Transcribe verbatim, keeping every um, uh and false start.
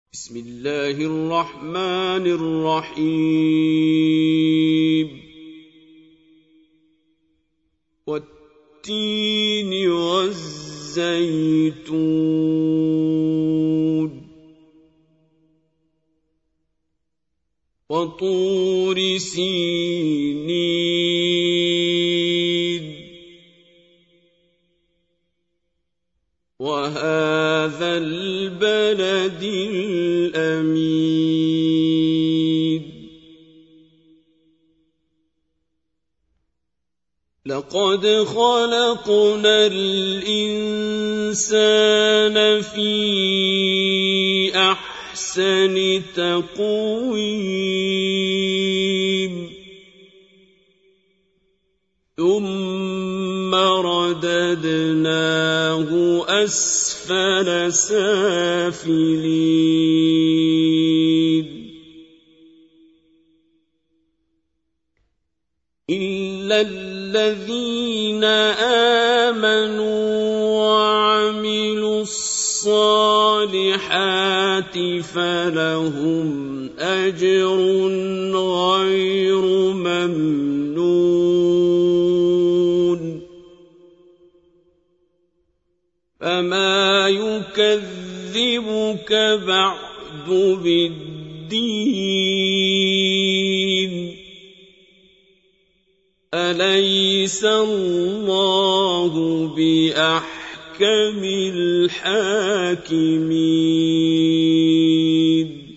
بسم الله الرحمن الرحيم والتين والزيتون وطور سينين وهذا البلد الأمين لقد خلقنا الإنسان في أحسن تقويم ثم رددناه أسفل سافلين إلا الذين آمنوا وعملوا الصالحات فلهم أجر غير ممنون فما يكذبك بعد بالدين أليس الله بأحكم الحاكمين